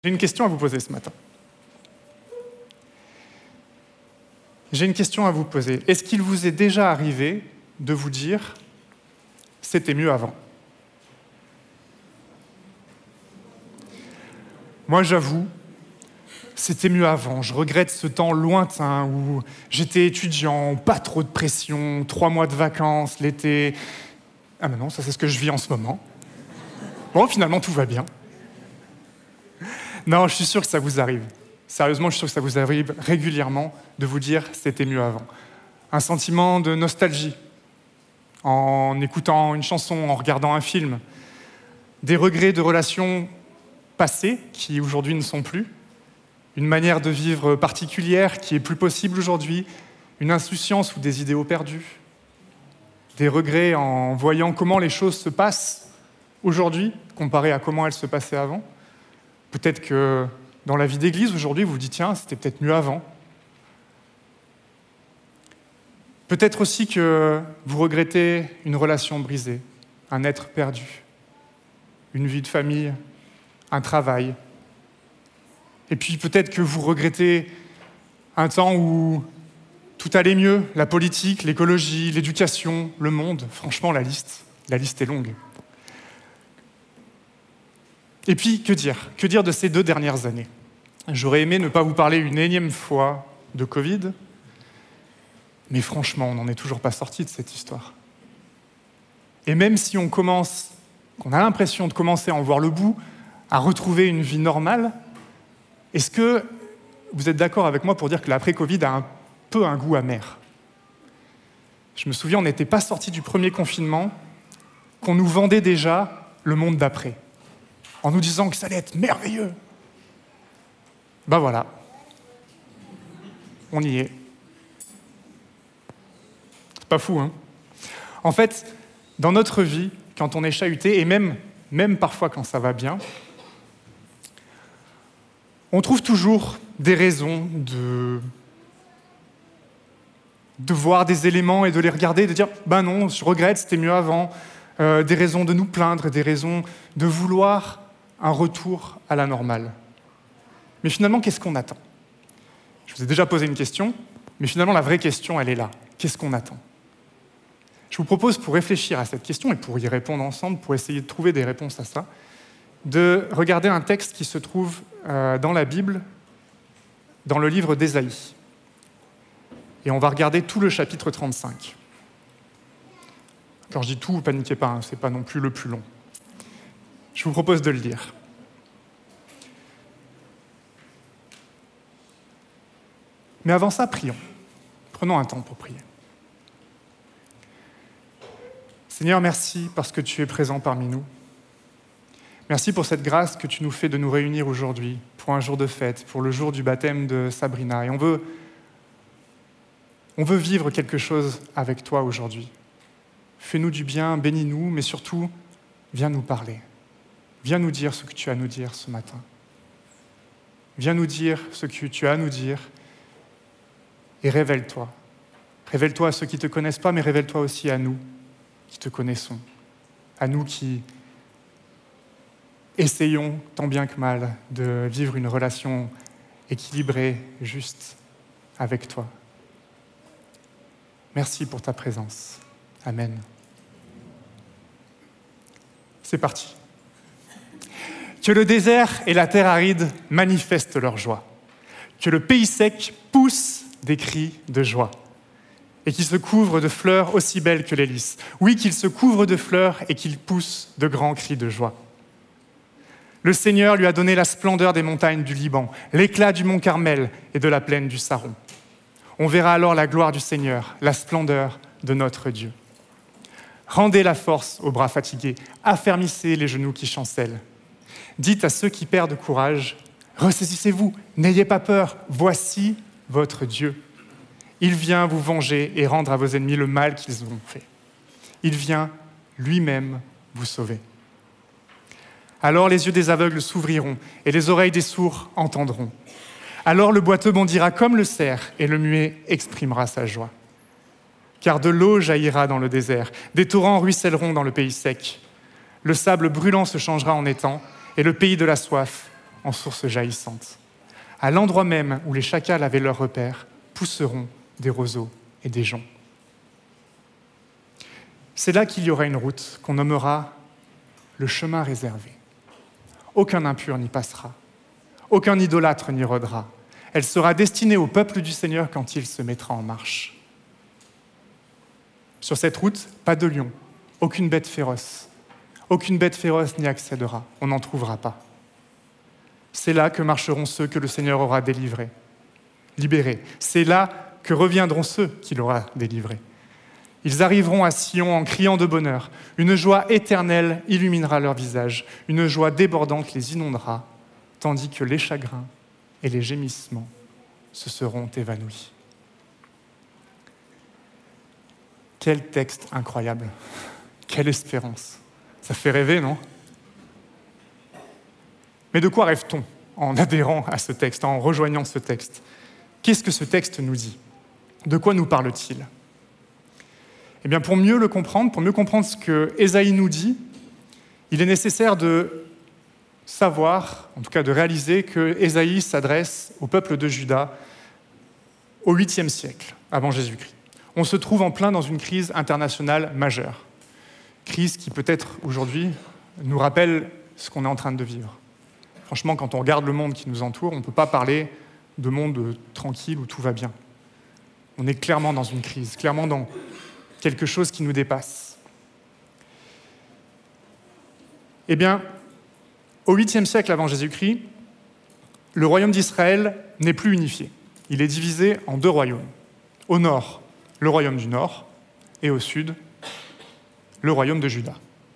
J'ai une question à vous poser ce matin. J'ai une question à vous poser. Est-ce qu'il vous est déjà arrivé de vous dire « c'était mieux avant » ? Moi, j'avoue, c'était mieux avant. Je regrette ce temps lointain où j'étais étudiant, pas trop de pression, 3 mois de vacances, l'été. Ah mais non, ça c'est ce que je vis en ce moment. Bon, finalement, tout va bien. Non, je suis sûr que ça vous arrive. Sérieusement, je suis sûr que ça vous arrive régulièrement de vous dire « c'était mieux avant ». Un sentiment de nostalgie en écoutant une chanson, en regardant un film. Des regrets de relations passées qui aujourd'hui ne sont plus. Une manière de vivre particulière qui est plus possible aujourd'hui. Une insouciance ou des idéaux perdus. Des regrets en voyant comment les choses se passent aujourd'hui comparé à comment elles se passaient avant. Peut-être que dans la vie d'église, aujourd'hui, vous vous dites « tiens, c'était peut-être mieux avant ». Peut-être aussi que vous regrettez une relation brisée, un être perdu, une vie de famille, un travail. Et puis peut-être que vous regrettez un temps où tout allait mieux, la politique, l'écologie, l'éducation, le monde. Franchement, la liste est longue. Et puis, que dire ? Que dire de ces 2 dernières années ? J'aurais aimé ne pas vous parler une énième fois de Covid, mais franchement, on n'en est toujours pas sorti de cette histoire. Et même si qu'on a l'impression de commencer à en voir le bout, à retrouver une vie normale, est-ce que vous êtes d'accord avec moi pour dire que l'après-Covid a un peu un goût amer ? Je me souviens, on n'était pas sorti du premier confinement, qu'on nous vendait déjà le monde d'après, en nous disant que ça allait être merveilleux. Ben voilà, on y est. C'est pas fou, hein ? En fait, dans notre vie, quand on est chahuté, et même parfois quand ça va bien, on trouve toujours des raisons de voir des éléments et de les regarder, de dire « ben non, je regrette, c'était mieux avant », des raisons de nous plaindre, des raisons de vouloir un retour à la normale. Mais finalement, qu'est-ce qu'on attend ? Je vous ai déjà posé une question, mais finalement, la vraie question, elle est là. Qu'est-ce qu'on attend ? Je vous propose, pour réfléchir à cette question et pour y répondre ensemble, pour essayer de trouver des réponses à ça, de regarder un texte qui se trouve dans la Bible, dans le livre d'Ésaïe. Et on va regarder tout le chapitre 35. Quand je dis tout, paniquez pas, c'est pas non plus le plus long. Je vous propose de le lire. Mais avant ça, prions. Prenons un temps pour prier. Seigneur, merci parce que tu es présent parmi nous. Merci pour cette grâce que tu nous fais de nous réunir aujourd'hui pour un jour de fête, pour le jour du baptême de Sabrina. Et on veut vivre quelque chose avec toi aujourd'hui. Fais-nous du bien, bénis-nous, mais surtout, viens nous parler. Viens nous dire ce que tu as à nous dire ce matin. Viens nous dire ce que tu as à nous dire et révèle-toi. Révèle-toi à ceux qui ne te connaissent pas, mais révèle-toi aussi à nous qui te connaissons. À nous qui essayons tant bien que mal de vivre une relation équilibrée, juste avec toi. Merci pour ta présence. Amen. C'est parti. Que le désert et la terre aride manifestent leur joie. Que le pays sec pousse des cris de joie. Et qu'il se couvre de fleurs aussi belles que les lys. Oui, qu'il se couvre de fleurs et qu'il pousse de grands cris de joie. Le Seigneur lui a donné la splendeur des montagnes du Liban, l'éclat du mont Carmel et de la plaine du Saron. On verra alors la gloire du Seigneur, la splendeur de notre Dieu. Rendez la force aux bras fatigués, affermissez les genoux qui chancellent. Dites à ceux qui perdent courage, ressaisissez-vous, n'ayez pas peur, voici votre Dieu. Il vient vous venger et rendre à vos ennemis le mal qu'ils ont fait. Il vient lui-même vous sauver. Alors les yeux des aveugles s'ouvriront et les oreilles des sourds entendront. Alors le boiteux bondira comme le cerf et le muet exprimera sa joie. Car de l'eau jaillira dans le désert, des torrents ruisselleront dans le pays sec. Le sable brûlant se changera en étang et le pays de la soif en source jaillissante. À l'endroit même où les chacals avaient leur repère, pousseront des roseaux et des joncs. C'est là qu'il y aura une route qu'on nommera le chemin réservé. Aucun impur n'y passera, aucun idolâtre n'y rôdera. Elle sera destinée au peuple du Seigneur quand il se mettra en marche. Sur cette route, pas de lion, aucune bête féroce. Aucune bête féroce n'y accédera, on n'en trouvera pas. C'est là que marcheront ceux que le Seigneur aura délivrés, libérés. C'est là que reviendront ceux qu'il aura délivrés. Ils arriveront à Sion en criant de bonheur. Une joie éternelle illuminera leur visage. Une joie débordante les inondera, tandis que les chagrins et les gémissements se seront évanouis. Quel texte incroyable! Quelle espérance! Ça fait rêver, non? Mais de quoi rêve-t-on en adhérant à ce texte, en rejoignant ce texte? Qu'est-ce que ce texte nous dit? De quoi nous parle-t-il? Eh bien, pour mieux le comprendre, pour mieux comprendre ce que Ésaïe nous dit, il est nécessaire de savoir, en tout cas de réaliser, que Ésaïe s'adresse au peuple de Juda au 8e siècle, avant Jésus-Christ. On se trouve en plein dans une crise internationale majeure. Crise qui peut-être aujourd'hui nous rappelle ce qu'on est en train de vivre. Franchement, quand on regarde le monde qui nous entoure, on ne peut pas parler de monde tranquille où tout va bien. On est clairement dans une crise, clairement dans quelque chose qui nous dépasse. Eh bien, au 8e siècle avant Jésus-Christ, le royaume d'Israël n'est plus unifié. Il est divisé en 2 royaumes. Au nord, le royaume du Nord, et au sud, le royaume de Juda.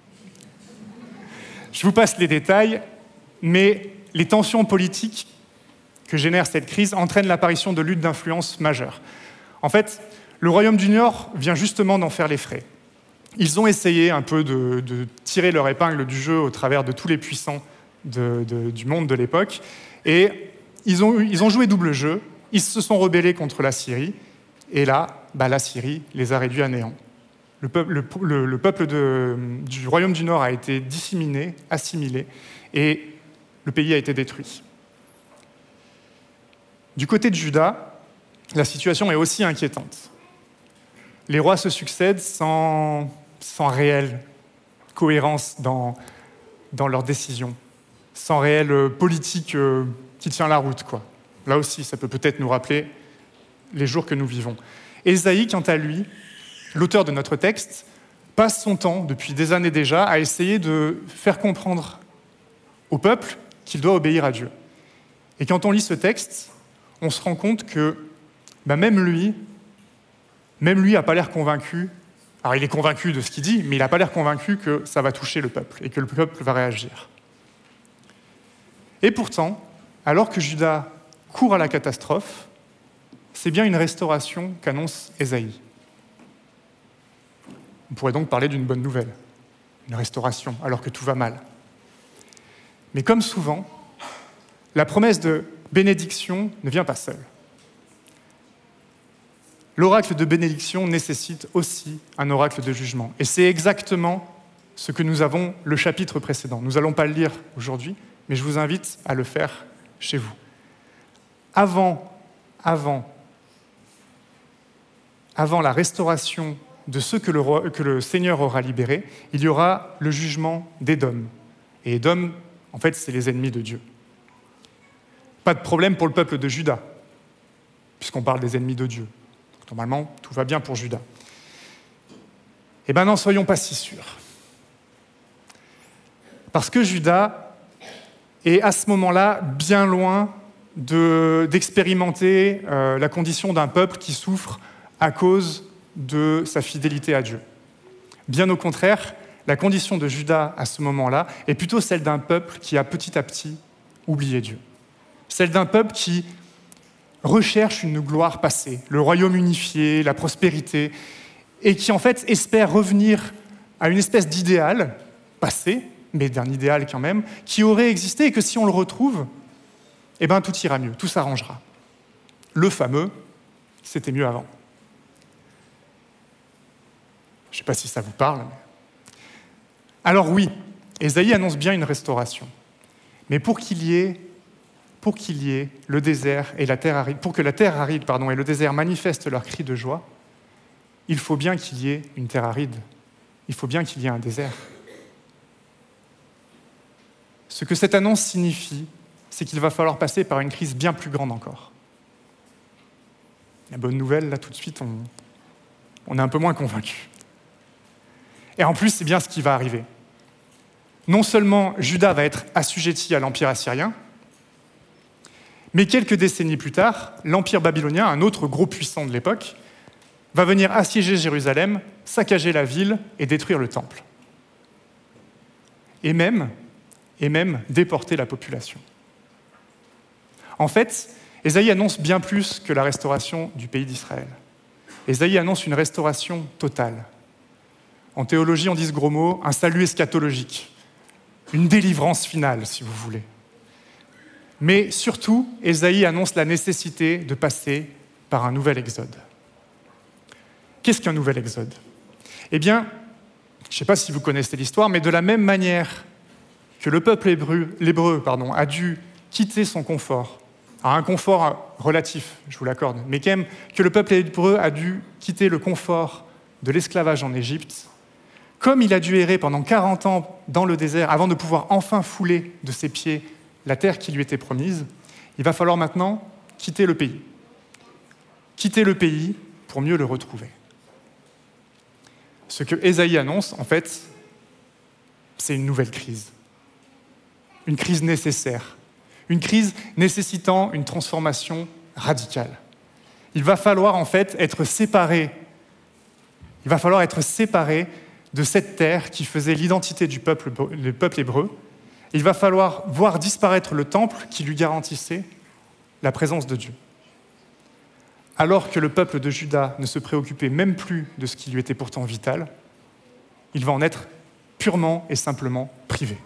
Je vous passe les détails, mais les tensions politiques que génère cette crise entraînent l'apparition de luttes d'influence majeures. En fait, le royaume du Nord vient justement d'en faire les frais. Ils ont essayé un peu de tirer leur épingle du jeu au travers de tous les puissants du monde de l'époque, et ils ont joué double jeu, ils se sont rebellés contre la Syrie, et là, la Syrie les a réduits à néant. Le peuple du royaume du Nord a été disséminé, assimilé, et le pays a été détruit. Du côté de Juda, la situation est aussi inquiétante. Les rois se succèdent sans réelle cohérence dans leurs décisions, sans réelle politique qui tient la route, quoi. Là aussi, ça peut peut-être nous rappeler les jours que nous vivons. Ésaïe, quant à lui, l'auteur de notre texte, passe son temps, depuis des années déjà, à essayer de faire comprendre au peuple qu'il doit obéir à Dieu. Et quand on lit ce texte, on se rend compte que même lui n'a pas l'air convaincu. Alors il est convaincu de ce qu'il dit, mais il n'a pas l'air convaincu que ça va toucher le peuple et que le peuple va réagir. Et pourtant, alors que Juda court à la catastrophe, c'est bien une restauration qu'annonce Ésaïe. On pourrait donc parler d'une bonne nouvelle, une restauration, alors que tout va mal. Mais comme souvent, la promesse de bénédiction ne vient pas seule. L'oracle de bénédiction nécessite aussi un oracle de jugement. Et c'est exactement ce que nous avons le chapitre précédent. Nous n'allons pas le lire aujourd'hui, mais je vous invite à le faire chez vous. Avant la restauration de ceux que le Seigneur aura libérés, il y aura le jugement d'Édom. Et Édom, en fait, c'est les ennemis de Dieu. Pas de problème pour le peuple de Juda, puisqu'on parle des ennemis de Dieu. Donc, normalement, tout va bien pour Juda. Eh bien, n'en soyons pas si sûrs. Parce que Juda est à ce moment-là bien loin d'expérimenter la condition d'un peuple qui souffre à cause de sa fidélité à Dieu. Bien au contraire, la condition de Juda à ce moment-là est plutôt celle d'un peuple qui a petit à petit oublié Dieu. Celle d'un peuple qui recherche une gloire passée, le royaume unifié, la prospérité, et qui en fait espère revenir à une espèce d'idéal passé, mais d'un idéal quand même, qui aurait existé et que si on le retrouve, eh bien tout ira mieux, tout s'arrangera. Le fameux « c'était mieux avant ». Je ne sais pas si ça vous parle. Alors oui, Ésaïe annonce bien une restauration. Mais pour qu'il y ait pour qu'il y ait le désert et la terre aride, pour que la terre aride et le désert manifestent leur cri de joie, il faut bien qu'il y ait une terre aride. Il faut bien qu'il y ait un désert. Ce que cette annonce signifie, c'est qu'il va falloir passer par une crise bien plus grande encore. La bonne nouvelle, là, tout de suite, on est un peu moins convaincus. Et en plus, c'est bien ce qui va arriver. Non seulement Juda va être assujetti à l'Empire assyrien, mais quelques décennies plus tard, l'Empire babylonien, un autre gros puissant de l'époque, va venir assiéger Jérusalem, saccager la ville et détruire le temple. Et même déporter la population. En fait, Ésaïe annonce bien plus que la restauration du pays d'Israël. Ésaïe annonce une restauration totale. En théologie, on dit ce gros mot, un salut eschatologique, une délivrance finale, si vous voulez. Mais surtout, Ésaïe annonce la nécessité de passer par un nouvel exode. Qu'est-ce qu'un nouvel exode ? Eh bien, je ne sais pas si vous connaissez l'histoire, mais de la même manière que le peuple hébreu a dû quitter son confort, un confort relatif, je vous l'accorde, mais quand même que le peuple hébreu a dû quitter le confort de l'esclavage en Égypte, comme il a dû errer pendant 40 ans dans le désert avant de pouvoir enfin fouler de ses pieds la terre qui lui était promise, il va falloir maintenant quitter le pays. Quitter le pays pour mieux le retrouver. Ce que Ésaïe annonce, en fait, c'est une nouvelle crise. Une crise nécessaire. Une crise nécessitant une transformation radicale. Il va falloir en fait être séparé. Il va falloir être séparé de cette terre qui faisait l'identité du peuple hébreu. Il va falloir voir disparaître le temple qui lui garantissait la présence de Dieu. Alors que le peuple de Juda ne se préoccupait même plus de ce qui lui était pourtant vital, il va en être purement et simplement privé.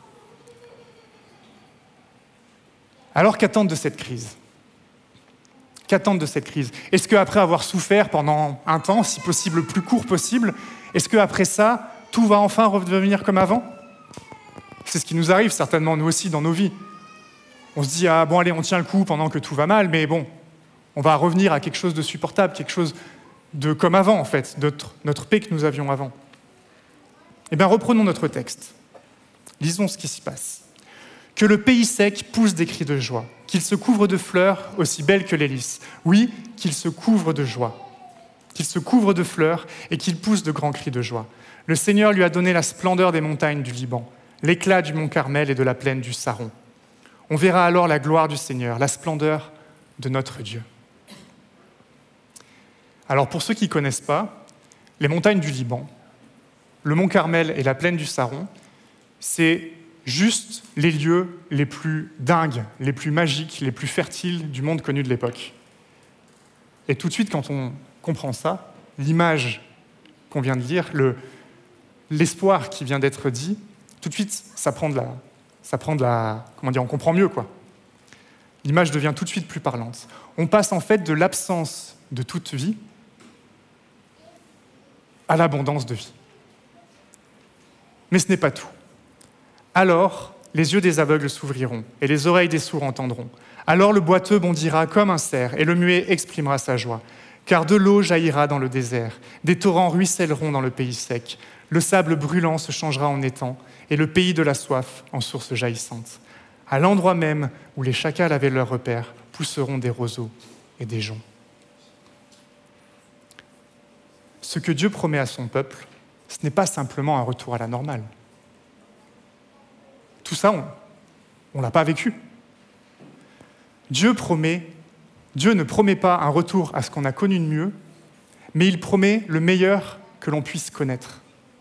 Alors qu'attendre de cette crise ? Qu'attendre de cette crise ? Est-ce qu'après avoir souffert pendant un temps, si possible le plus court possible, est-ce qu'après ça, tout va enfin redevenir comme avant ? C'est ce qui nous arrive certainement, nous aussi, dans nos vies. On se dit, ah bon, allez, on tient le coup pendant que tout va mal, mais bon, on va revenir à quelque chose de supportable, quelque chose de comme avant, en fait, notre paix que nous avions avant. Eh bien, reprenons notre texte. Lisons ce qui s'y passe. « Que le pays sec pousse des cris de joie, qu'il se couvre de fleurs aussi belles que les lys. Oui, qu'il se couvre de joie, qu'il se couvre de fleurs et qu'il pousse de grands cris de joie. Le Seigneur lui a donné la splendeur des montagnes du Liban, l'éclat du mont Carmel et de la plaine du Saron. On verra alors la gloire du Seigneur, la splendeur de notre Dieu. » Alors pour ceux qui ne connaissent pas, les montagnes du Liban, le mont Carmel et la plaine du Saron, c'est juste les lieux les plus dingues, les plus magiques, les plus fertiles du monde connu de l'époque. Et tout de suite, quand on comprend ça, l'image qu'on vient de lire, l'espoir qui vient d'être dit, tout de suite, ça prend de la, comment dire, on comprend mieux, quoi. L'image devient tout de suite plus parlante. On passe en fait de l'absence de toute vie à l'abondance de vie. Mais ce n'est pas tout. Alors, les yeux des aveugles s'ouvriront et les oreilles des sourds entendront. Alors le boiteux bondira comme un cerf et le muet exprimera sa joie. Car de l'eau jaillira dans le désert, des torrents ruisselleront dans le pays sec. Le sable brûlant se changera en étang et le pays de la soif en source jaillissante. À l'endroit même où les chacals avaient leur repère, pousseront des roseaux et des joncs. Ce que Dieu promet à son peuple, ce n'est pas simplement un retour à la normale. Tout ça, on ne l'a pas vécu. Dieu ne promet pas un retour à ce qu'on a connu de mieux, mais il promet le meilleur que l'on puisse connaître.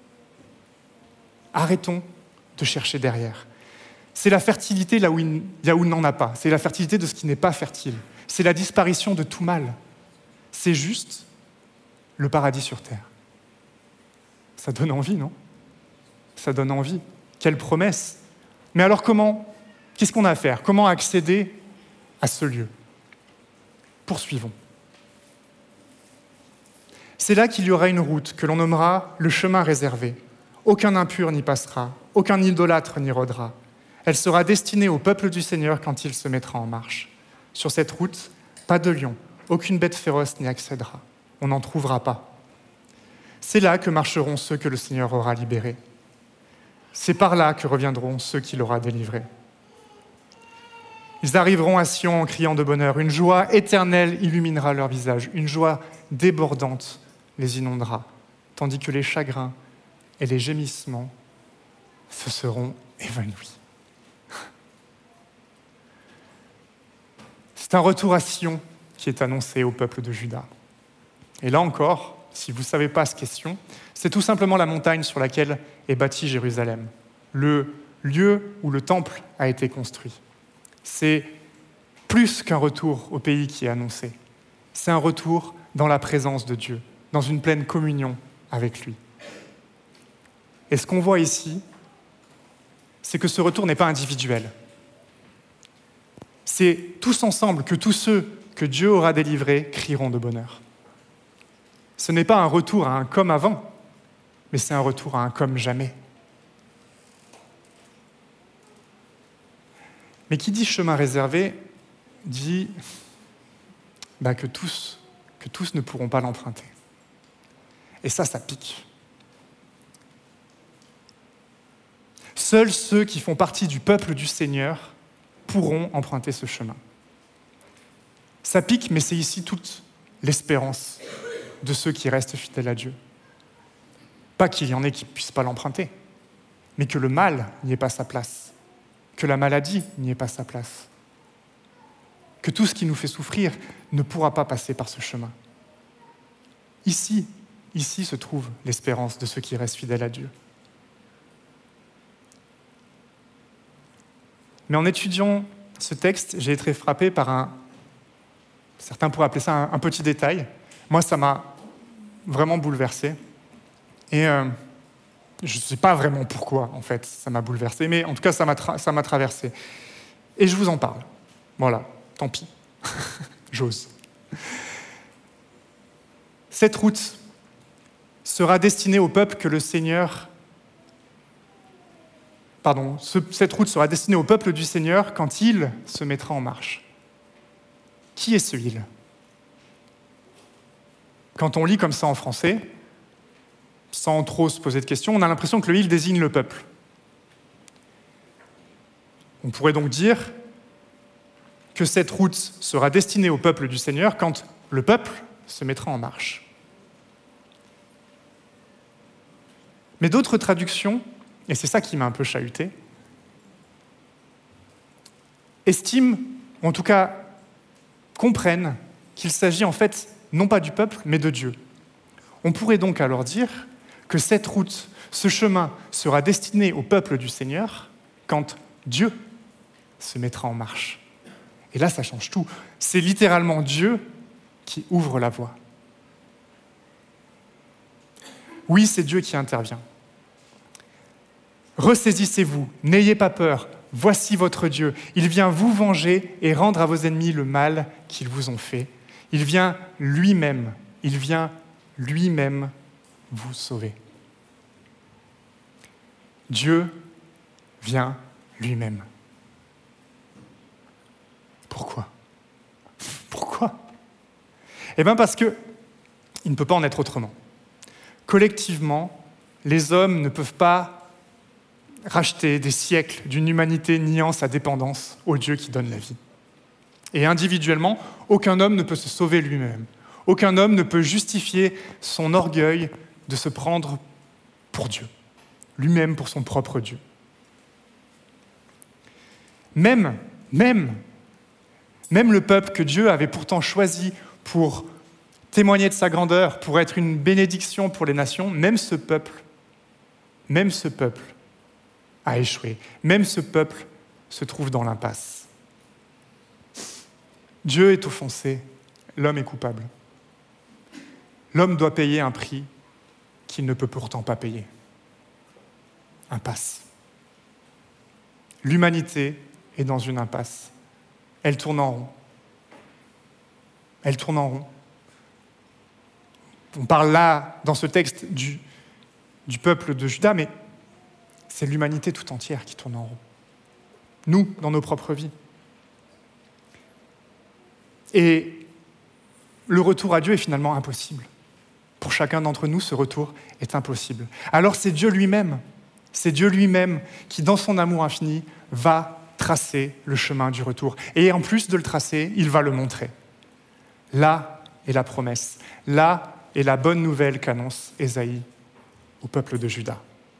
Arrêtons de chercher derrière. C'est la fertilité là où il n'en a pas. C'est la fertilité de ce qui n'est pas fertile. C'est la disparition de tout mal. C'est juste le paradis sur terre. Ça donne envie, non ? Ça donne envie. Quelle promesse ! Mais alors qu'est-ce qu'on a à faire ? Comment accéder à ce lieu ? Poursuivons. C'est là qu'il y aura une route que l'on nommera le chemin réservé. Aucun impur n'y passera, aucun idolâtre n'y rôdera. Elle sera destinée au peuple du Seigneur quand il se mettra en marche. Sur cette route, pas de lion, aucune bête féroce n'y accédera. On n'en trouvera pas. C'est là que marcheront ceux que le Seigneur aura libérés. C'est par là que reviendront ceux qu'il aura délivrés. Ils arriveront à Sion en criant de bonheur. Une joie éternelle illuminera leur visage. Une joie débordante les inondera, tandis que les chagrins et les gémissements se seront évanouis. C'est un retour à Sion qui est annoncé au peuple de Juda. Et là encore, si vous ne savez pas cette question, c'est tout simplement la montagne sur laquelle est bâtie Jérusalem, le lieu où le temple a été construit. C'est plus qu'un retour au pays qui est annoncé. C'est un retour dans la présence de Dieu, dans une pleine communion avec lui. Et ce qu'on voit ici, c'est que ce retour n'est pas individuel. C'est tous ensemble que tous ceux que Dieu aura délivrés crieront de bonheur. Ce n'est pas un retour à un comme avant, mais c'est un retour à un comme jamais. Mais qui dit chemin réservé dit que tous ne pourront pas l'emprunter. Et ça pique. Seuls ceux qui font partie du peuple du Seigneur pourront emprunter ce chemin. Ça pique, mais c'est ici toute l'espérance de ceux qui restent fidèles à Dieu. Pas qu'il y en ait qui ne puissent pas l'emprunter, mais que le mal n'y ait pas sa place, que la maladie n'y ait pas sa place, que tout ce qui nous fait souffrir ne pourra pas passer par ce chemin. Ici se trouve l'espérance de ceux qui restent fidèles à Dieu. Mais en étudiant ce texte, j'ai été frappé par certains pourraient appeler ça un petit détail. Moi, ça m'a vraiment bouleversé. Et je ne sais pas vraiment pourquoi, en fait, ça m'a bouleversé, mais en tout cas, ça m'a traversé. Et je vous en parle. Voilà, tant pis. J'ose. Cette route sera destinée au peuple que le Seigneur... cette route sera destinée au peuple du Seigneur quand il se mettra en marche. Qui est ce « il » ? Quand on lit comme ça en français, sans trop se poser de questions, on a l'impression que le « il » désigne le peuple. On pourrait donc dire que cette route sera destinée au peuple du Seigneur quand le peuple se mettra en marche. Mais d'autres traductions, et c'est ça qui m'a un peu chahuté, estiment, ou en tout cas comprennent, qu'il s'agit en fait non pas du peuple, mais de Dieu. On pourrait donc alors dire que cette route, ce chemin, sera destiné au peuple du Seigneur quand Dieu se mettra en marche. Et là, ça change tout. C'est littéralement Dieu qui ouvre la voie. Oui, c'est Dieu qui intervient. Ressaisissez-vous, n'ayez pas peur, voici votre Dieu. Il vient vous venger et rendre à vos ennemis le mal qu'ils vous ont fait. Il vient lui-même vous sauver. Dieu vient lui-même. Pourquoi ? Pourquoi ? Eh bien parce qu'il ne peut pas en être autrement. Collectivement, les hommes ne peuvent pas racheter des siècles d'une humanité niant sa dépendance au Dieu qui donne la vie. Et individuellement, aucun homme ne peut se sauver lui-même. Aucun homme ne peut justifier son orgueil de se prendre pour Dieu, lui-même pour son propre Dieu. Même le peuple que Dieu avait pourtant choisi pour témoigner de sa grandeur, pour être une bénédiction pour les nations, même ce peuple a échoué. Même ce peuple se trouve dans l'impasse. Dieu est offensé, l'homme est coupable. L'homme doit payer un prix qu'il ne peut pourtant pas payer. Impasse. L'humanité est dans une impasse. Elle tourne en rond. Elle tourne en rond. On parle là, dans ce texte, du peuple de Juda, mais c'est l'humanité tout entière qui tourne en rond. nous, dans nos propres vies. Et le retour à Dieu est finalement impossible. Pour chacun d'entre nous, ce retour est impossible. Alors c'est Dieu lui-même qui, dans son amour infini, va tracer le chemin du retour. Et en plus de le tracer, il va le montrer. Là est la promesse. Là est la bonne nouvelle qu'annonce Ésaïe au peuple de Juda.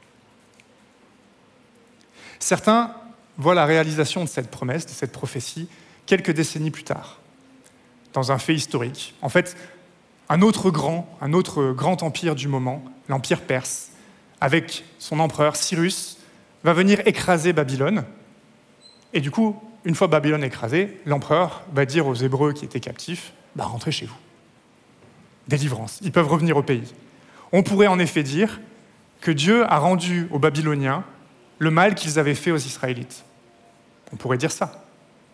Certains voient la réalisation de cette promesse, de cette prophétie, quelques décennies plus tard, dans un fait historique. En fait, un autre grand empire du moment, l'Empire perse, avec son empereur Cyrus, va venir écraser Babylone. Et du coup, une fois Babylone écrasée, l'empereur va dire aux Hébreux qui étaient captifs, rentrez chez vous. Délivrance, ils peuvent revenir au pays. On pourrait en effet dire que Dieu a rendu aux Babyloniens le mal qu'ils avaient fait aux Israélites. On pourrait dire ça.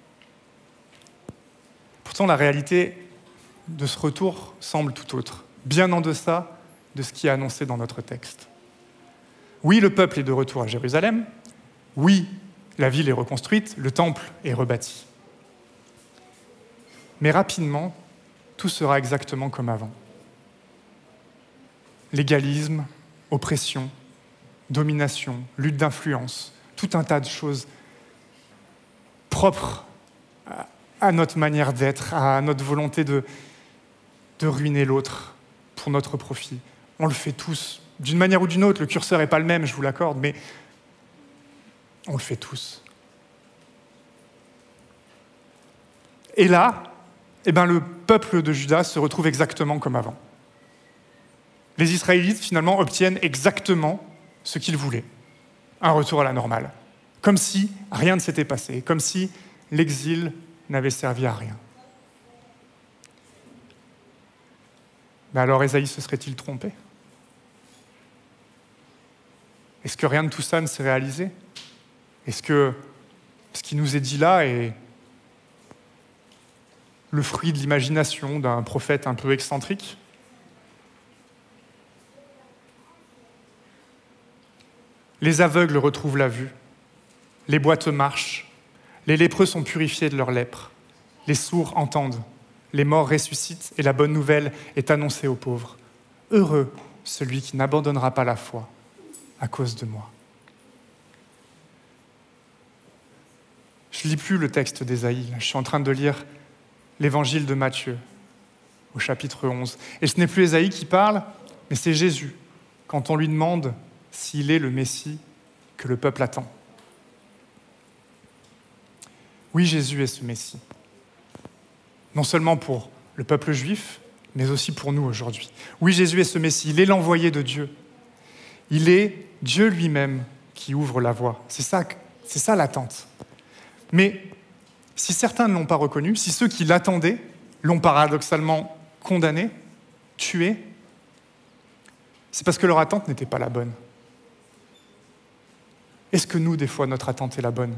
Pourtant, la réalité de ce retour semble tout autre, bien en deçà de ce qui est annoncé dans notre texte. Oui, le peuple est de retour à Jérusalem. Oui, la ville est reconstruite, le temple est rebâti. Mais rapidement, tout sera exactement comme avant. Légalisme, oppression, domination, lutte d'influence, tout un tas de choses propres à notre manière d'être, à notre volonté de ruiner l'autre pour notre profit. On le fait tous, d'une manière ou d'une autre. Le curseur n'est pas le même, je vous l'accorde, mais on le fait tous. Et là, le peuple de Juda se retrouve exactement comme avant. Les Israélites, finalement, obtiennent exactement ce qu'ils voulaient. Un retour à la normale. Comme si rien ne s'était passé, comme si l'exil n'avait servi à rien. Mais alors Ésaïe se serait-il trompé ? Est-ce que rien de tout ça ne s'est réalisé ? Est-ce que ce qui nous est dit là est le fruit de l'imagination d'un prophète un peu excentrique ? Les aveugles retrouvent la vue, les boiteux marchent, les lépreux sont purifiés de leur lèpre, les sourds entendent, les morts ressuscitent et la bonne nouvelle est annoncée aux pauvres. Heureux celui qui n'abandonnera pas la foi à cause de moi. Je ne lis plus le texte d'Ésaïe, je suis en train de lire l'évangile de Matthieu au chapitre 11. Et ce n'est plus Ésaïe qui parle, mais c'est Jésus, quand on lui demande s'il est le Messie que le peuple attend. Oui, Jésus est ce Messie. Non seulement pour le peuple juif, mais aussi pour nous aujourd'hui. Oui, Jésus est ce Messie, il est l'envoyé de Dieu. Il est Dieu lui-même qui ouvre la voie. C'est ça l'attente. Mais si certains ne l'ont pas reconnu, si ceux qui l'attendaient l'ont paradoxalement condamné, tué, c'est parce que leur attente n'était pas la bonne. Est-ce que nous, des fois, notre attente est la bonne ?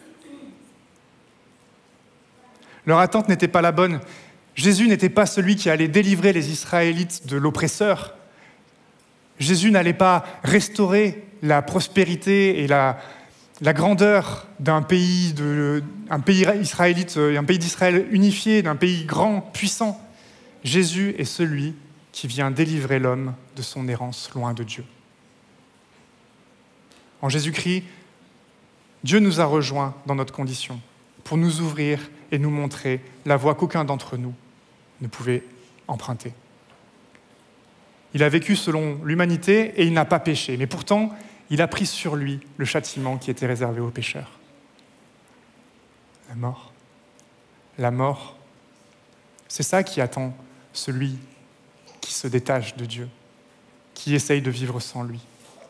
Leur attente n'était pas la bonne. Jésus n'était pas celui qui allait délivrer les Israélites de l'oppresseur. Jésus n'allait pas restaurer la prospérité et la grandeur d'un pays israélite, un pays d'Israël unifié, d'un pays grand, puissant. Jésus est celui qui vient délivrer l'homme de son errance loin de Dieu. En Jésus-Christ, Dieu nous a rejoints dans notre condition pour nous ouvrir et nous montrer la voie qu'aucun d'entre nous ne pouvait emprunter. Il a vécu selon l'humanité et il n'a pas péché, mais pourtant, il a pris sur lui le châtiment qui était réservé aux pécheurs. La mort. La mort, c'est ça qui attend celui qui se détache de Dieu, qui essaye de vivre sans lui.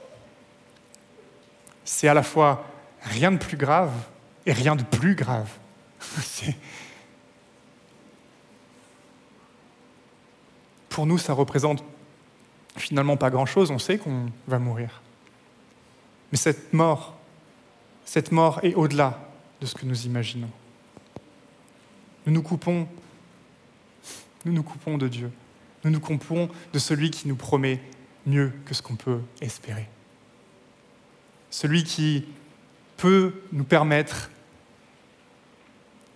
C'est à la fois rien de plus grave et rien de plus grave. Pour nous, ça représente finalement pas grand-chose, on sait qu'on va mourir. Mais cette mort est au-delà de ce que nous imaginons. Nous nous coupons de Dieu. Nous nous coupons de celui qui nous promet mieux que ce qu'on peut espérer. Celui qui peut nous permettre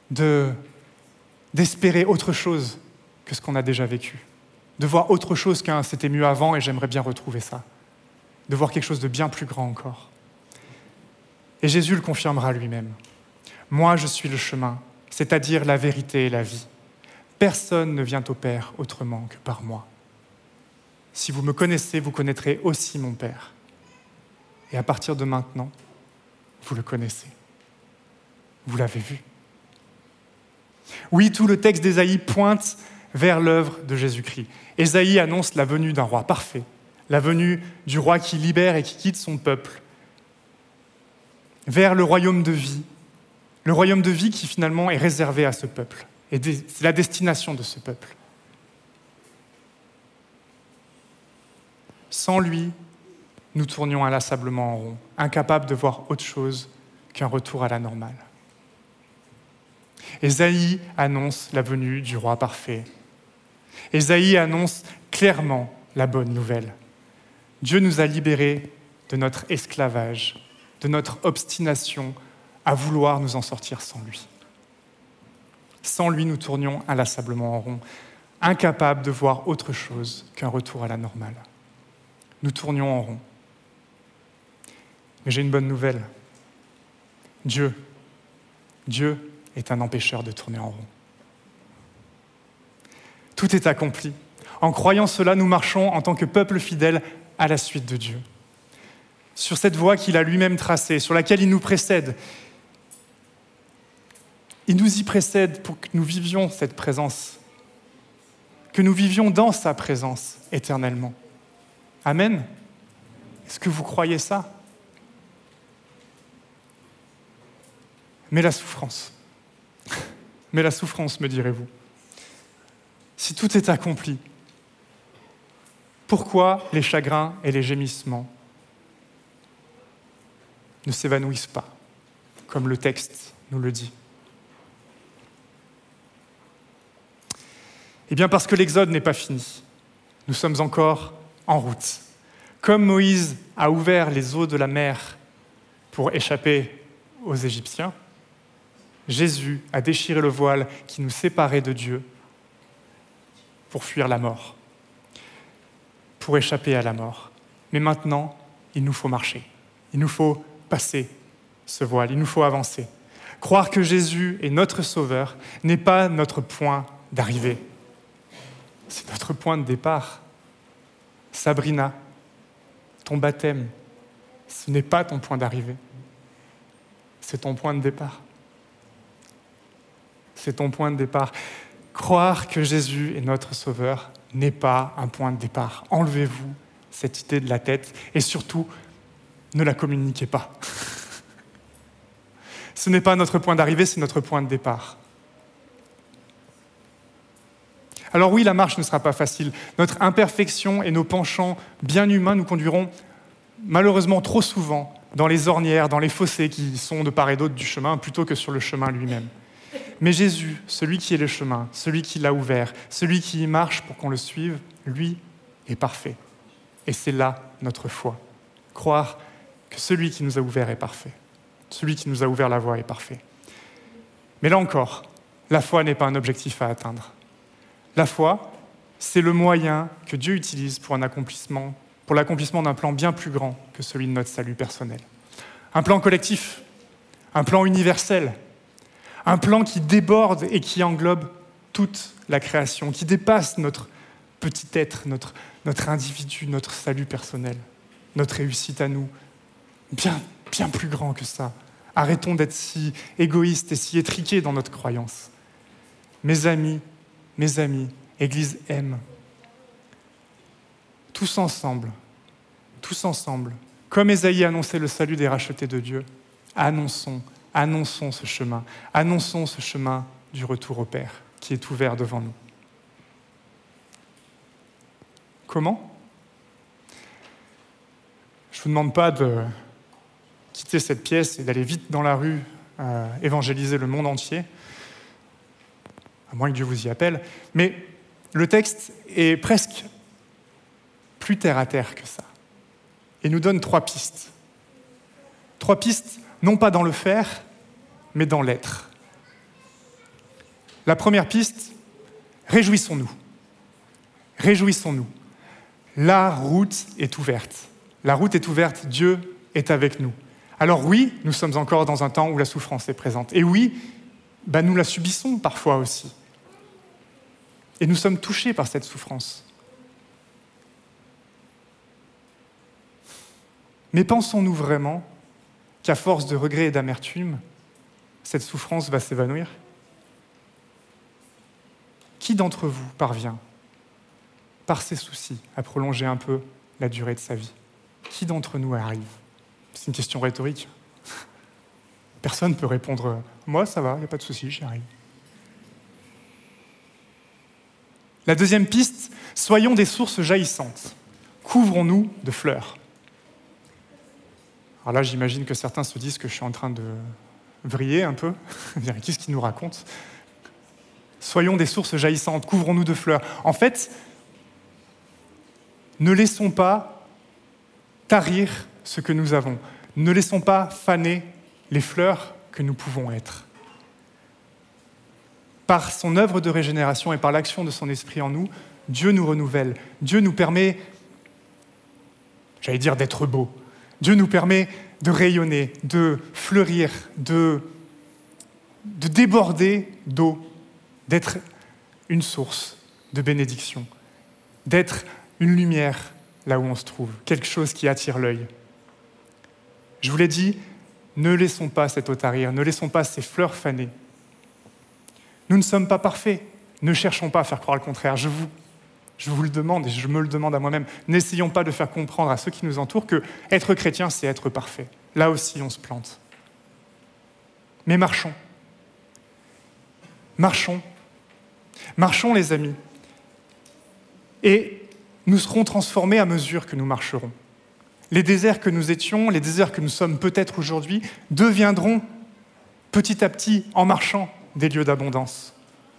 d'espérer autre chose que ce qu'on a déjà vécu, de voir autre chose qu'un « c'était mieux avant et j'aimerais bien retrouver ça », de voir quelque chose de bien plus grand encore. Et Jésus le confirmera lui-même. « Moi, je suis le chemin, c'est-à-dire la vérité et la vie. Personne ne vient au Père autrement que par moi. Si vous me connaissez, vous connaîtrez aussi mon Père. Et à partir de maintenant, vous le connaissez. Vous l'avez vu. » Oui, tout le texte d'Ésaïe pointe vers l'œuvre de Jésus-Christ. Ésaïe annonce la venue d'un roi parfait, la venue du roi qui libère et qui quitte son peuple, vers le royaume de vie qui finalement est réservé à ce peuple. Et c'est la destination de ce peuple. Sans lui, nous tournions inlassablement en rond, incapables de voir autre chose qu'un retour à la normale. Ésaïe annonce la venue du roi parfait. Ésaïe annonce clairement la bonne nouvelle. Dieu nous a libérés de notre esclavage, de notre obstination à vouloir nous en sortir sans lui. Sans lui, nous tournions inlassablement en rond, incapables de voir autre chose qu'un retour à la normale. Nous tournions en rond. Mais j'ai une bonne nouvelle. Dieu est un empêcheur de tourner en rond. Tout est accompli. En croyant cela, nous marchons en tant que peuple fidèle à la suite de Dieu. Sur cette voie qu'il a lui-même tracée, sur laquelle il nous précède. Il nous y précède pour que nous vivions cette présence, que nous vivions dans sa présence éternellement. Amen. Est-ce que vous croyez ça? Mais la souffrance, me direz-vous. Si tout est accompli, pourquoi les chagrins et les gémissements ne s'évanouissent pas, comme le texte nous le dit? Eh bien parce que l'Exode n'est pas fini. Nous sommes encore en route. Comme Moïse a ouvert les eaux de la mer pour échapper aux Égyptiens, Jésus a déchiré le voile qui nous séparait de Dieu pour fuir la mort, pour échapper à la mort. Mais maintenant, il nous faut marcher. Il nous faut passer ce voile, il nous faut avancer. Croire que Jésus est notre Sauveur n'est pas notre point d'arrivée. C'est notre point de départ. Sabrina, ton baptême, ce n'est pas ton point d'arrivée. C'est ton point de départ. C'est ton point de départ. Croire que Jésus est notre Sauveur n'est pas un point de départ. Enlevez-vous cette idée de la tête et surtout, ne la communiquez pas. Ce n'est pas notre point d'arrivée, c'est notre point de départ. Alors oui, la marche ne sera pas facile. Notre imperfection et nos penchants bien humains nous conduiront malheureusement trop souvent dans les ornières, dans les fossés qui sont de part et d'autre du chemin, plutôt que sur le chemin lui-même. Mais Jésus, celui qui est le chemin, celui qui l'a ouvert, celui qui y marche pour qu'on le suive, lui est parfait. Et c'est là notre foi. Croire que celui qui nous a ouvert est parfait. Celui qui nous a ouvert la voie est parfait. Mais là encore, la foi n'est pas un objectif à atteindre. La foi, c'est le moyen que Dieu utilise pour l'accomplissement d'un plan bien plus grand que celui de notre salut personnel. Un plan collectif, un plan universel, un plan qui déborde et qui englobe toute la création, qui dépasse notre petit être, notre individu, notre salut personnel, notre réussite à nous, bien plus grand que ça. Arrêtons d'être si égoïstes et si étriqués dans notre croyance. Mes amis, Église M, tous ensemble, comme Ésaïe annonçait le salut des rachetés de Dieu, annonçons ce chemin du retour au Père qui est ouvert devant nous. Comment? Je ne vous demande pas de quitter cette pièce et d'aller vite dans la rue évangéliser le monde entier, à moins que Dieu vous y appelle, mais le texte est presque plus terre à terre que ça, et nous donne 3 pistes. 3 pistes, non pas dans le faire, mais dans l'être. La première piste, réjouissons-nous. Réjouissons-nous. La route est ouverte. La route est ouverte, Dieu est avec nous. Alors oui, nous sommes encore dans un temps où la souffrance est présente. Et oui, nous la subissons parfois aussi. Et nous sommes touchés par cette souffrance. Mais pensons-nous vraiment qu'à force de regrets et d'amertume, cette souffrance va s'évanouir ? Qui d'entre vous parvient, par ses soucis, à prolonger un peu la durée de sa vie ? Qui d'entre nous arrive ? C'est une question rhétorique. Personne ne peut répondre « Moi, ça va, il n'y a pas de souci, j'y arrive ». La deuxième piste, soyons des sources jaillissantes. Couvrons-nous de fleurs. Alors là, j'imagine que certains se disent que je suis en train de vriller un peu. Qu'est-ce qu'il nous raconte ? Soyons des sources jaillissantes, couvrons-nous de fleurs. En fait, ne laissons pas tarir ce que nous avons. Ne laissons pas faner les fleurs que nous pouvons être. Par son œuvre de régénération et par l'action de son esprit en nous, Dieu nous renouvelle. Dieu nous permet, d'être beau. Dieu nous permet de rayonner, de fleurir, de déborder d'eau, d'être une source de bénédiction, d'être une lumière là où on se trouve, quelque chose qui attire l'œil. Je vous l'ai dit, ne laissons pas cette eau tarir, ne laissons pas ces fleurs faner. Nous ne sommes pas parfaits, ne cherchons pas à faire croire le contraire. Je vous le demande et je me le demande à moi-même. N'essayons pas de faire comprendre à ceux qui nous entourent que être chrétien, c'est être parfait. Là aussi, on se plante. Mais marchons. Marchons. Marchons, les amis. Et nous serons transformés à mesure que nous marcherons. Les déserts que nous étions, les déserts que nous sommes peut-être aujourd'hui, deviendront petit à petit, en marchant, des lieux d'abondance.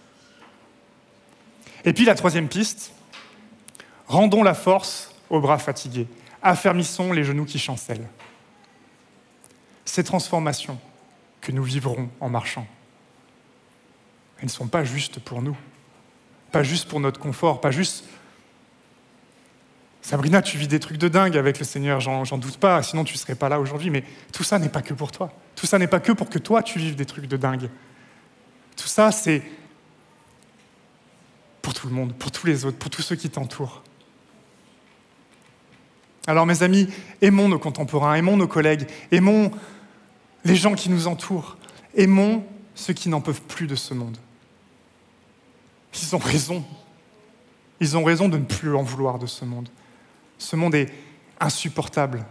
Et puis la troisième piste, rendons la force aux bras fatigués, affermissons les genoux qui chancellent. Ces transformations que nous vivrons en marchant, elles ne sont pas justes pour nous, pas juste pour notre confort, pas juste... Sabrina, tu vis des trucs de dingue avec le Seigneur, j'en doute pas, sinon tu ne serais pas là aujourd'hui, mais tout ça n'est pas que pour toi. Tout ça n'est pas que pour que toi tu vives des trucs de dingue. Tout ça, c'est pour tout le monde, pour tous les autres, pour tous ceux qui t'entourent. Alors mes amis, aimons nos contemporains, aimons nos collègues, aimons les gens qui nous entourent, aimons ceux qui n'en peuvent plus de ce monde. Ils ont raison. Ils ont raison de ne plus en vouloir de ce monde. Ce monde est insupportable.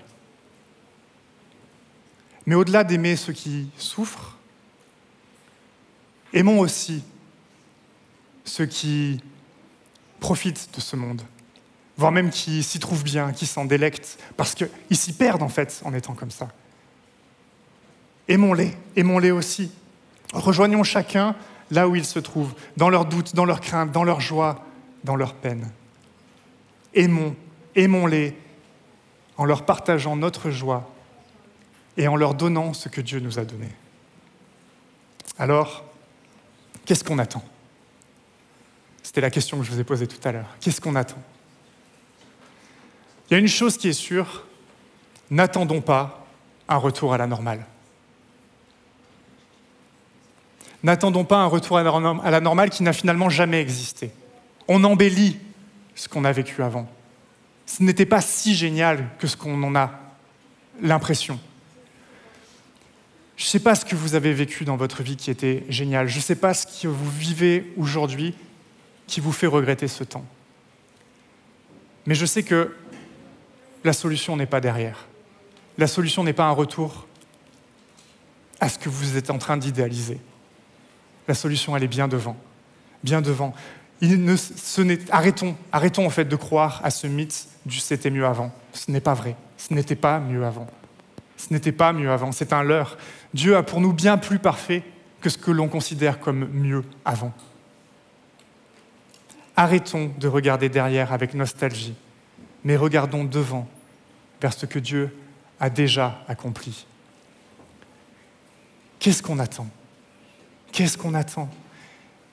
Mais au-delà d'aimer ceux qui souffrent, aimons aussi ceux qui profitent de ce monde, voire même qui s'y trouvent bien, qui s'en délectent, parce qu'ils s'y perdent en fait en étant comme ça. Aimons-les aussi. Rejoignons chacun là où il se trouve, dans leurs doutes, dans leurs craintes, dans leur joie, dans leur peine. Aimons-les en leur partageant notre joie et en leur donnant ce que Dieu nous a donné. Alors, qu'est-ce qu'on attend ? C'était la question que je vous ai posée tout à l'heure. Qu'est-ce qu'on attend ? Il y a une chose qui est sûre, n'attendons pas un retour à la normale. N'attendons pas un retour à la normale qui n'a finalement jamais existé. On embellit ce qu'on a vécu avant. Ce n'était pas si génial que ce qu'on en a l'impression. Je ne sais pas ce que vous avez vécu dans votre vie qui était génial. Je ne sais pas ce que vous vivez aujourd'hui qui vous fait regretter ce temps. Mais je sais que la solution n'est pas derrière. La solution n'est pas un retour à ce que vous êtes en train d'idéaliser. La solution, elle est bien devant. Bien devant. Arrêtons en fait de croire à ce mythe du « c'était mieux avant ». Ce n'est pas vrai. Ce n'était pas mieux avant. Ce n'était pas mieux avant. C'est un leurre. Dieu a pour nous bien plus parfait que ce que l'on considère comme mieux avant. Arrêtons de regarder derrière avec nostalgie, mais regardons devant, vers ce que Dieu a déjà accompli. Qu'est-ce qu'on attend ? Qu'est-ce qu'on attend ?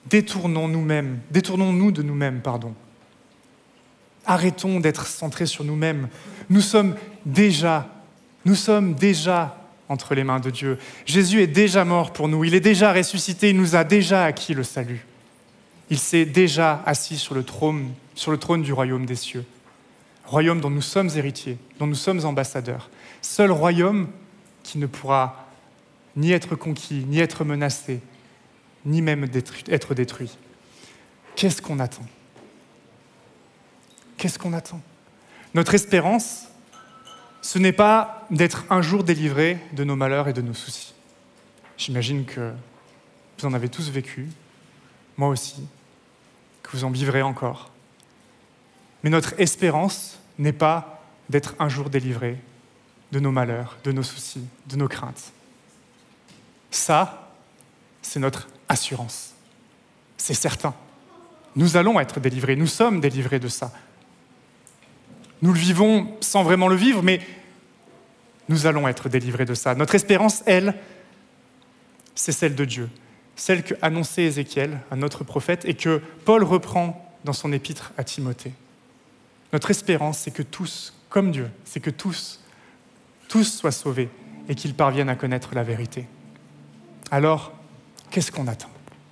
Détournons-nous de nous-mêmes, pardon. Arrêtons d'être centrés sur nous-mêmes. Nous sommes déjà entre les mains de Dieu. Jésus est déjà mort pour nous, il est déjà ressuscité, il nous a déjà acquis le salut. Il s'est déjà assis sur le trône du royaume des cieux. Royaume dont nous sommes héritiers, dont nous sommes ambassadeurs. Seul royaume qui ne pourra ni être conquis, ni être menacé, ni même être détruit. Qu'est-ce qu'on attend ? Qu'est-ce qu'on attend ? Notre espérance, ce n'est pas d'être un jour délivrés de nos malheurs et de nos soucis. J'imagine que vous en avez tous vécu, moi aussi, que vous en vivrez encore. Mais notre espérance n'est pas d'être un jour délivrés de nos malheurs, de nos soucis, de nos craintes. Ça, c'est notre assurance. C'est certain. Nous allons être délivrés, nous sommes délivrés de ça. Nous le vivons sans vraiment le vivre, mais nous allons être délivrés de ça. Notre espérance, elle, c'est celle de Dieu, celle qu'a annoncée Ézéchiel, un autre prophète, et que Paul reprend dans son épître à Timothée. Notre espérance, c'est que tous, comme Dieu, c'est que tous soient sauvés et qu'ils parviennent à connaître la vérité. Alors, qu'est-ce qu'on attend ?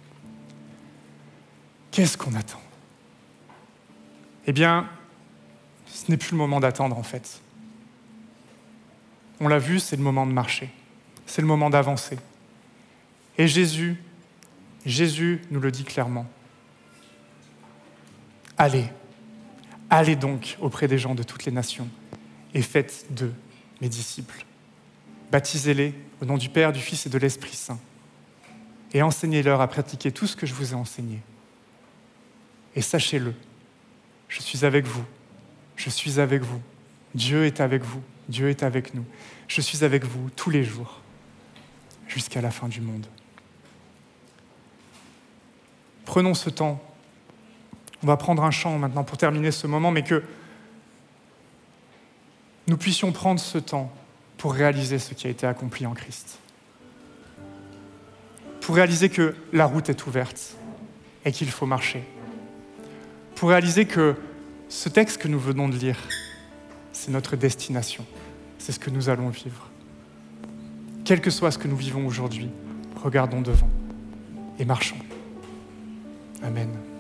Qu'est-ce qu'on attend ? Eh bien, ce n'est plus le moment d'attendre, en fait. On l'a vu, c'est le moment de marcher. C'est le moment d'avancer. Et Jésus nous le dit clairement. Allez donc auprès des gens de toutes les nations et faites d'eux mes disciples. Baptisez-les au nom du Père, du Fils et de l'Esprit Saint et enseignez-leur à pratiquer tout ce que je vous ai enseigné. Et sachez-le, je suis avec vous. Je suis avec vous. Dieu est avec vous. Dieu est avec nous. Je suis avec vous tous les jours, jusqu'à la fin du monde. Prenons ce temps. On va prendre un chant maintenant pour terminer ce moment, mais que nous puissions prendre ce temps pour réaliser ce qui a été accompli en Christ. Pour réaliser que la route est ouverte et qu'il faut marcher. Pour réaliser que ce texte que nous venons de lire, c'est notre destination. C'est ce que nous allons vivre. Quel que soit ce que nous vivons aujourd'hui, regardons devant et marchons. Amen.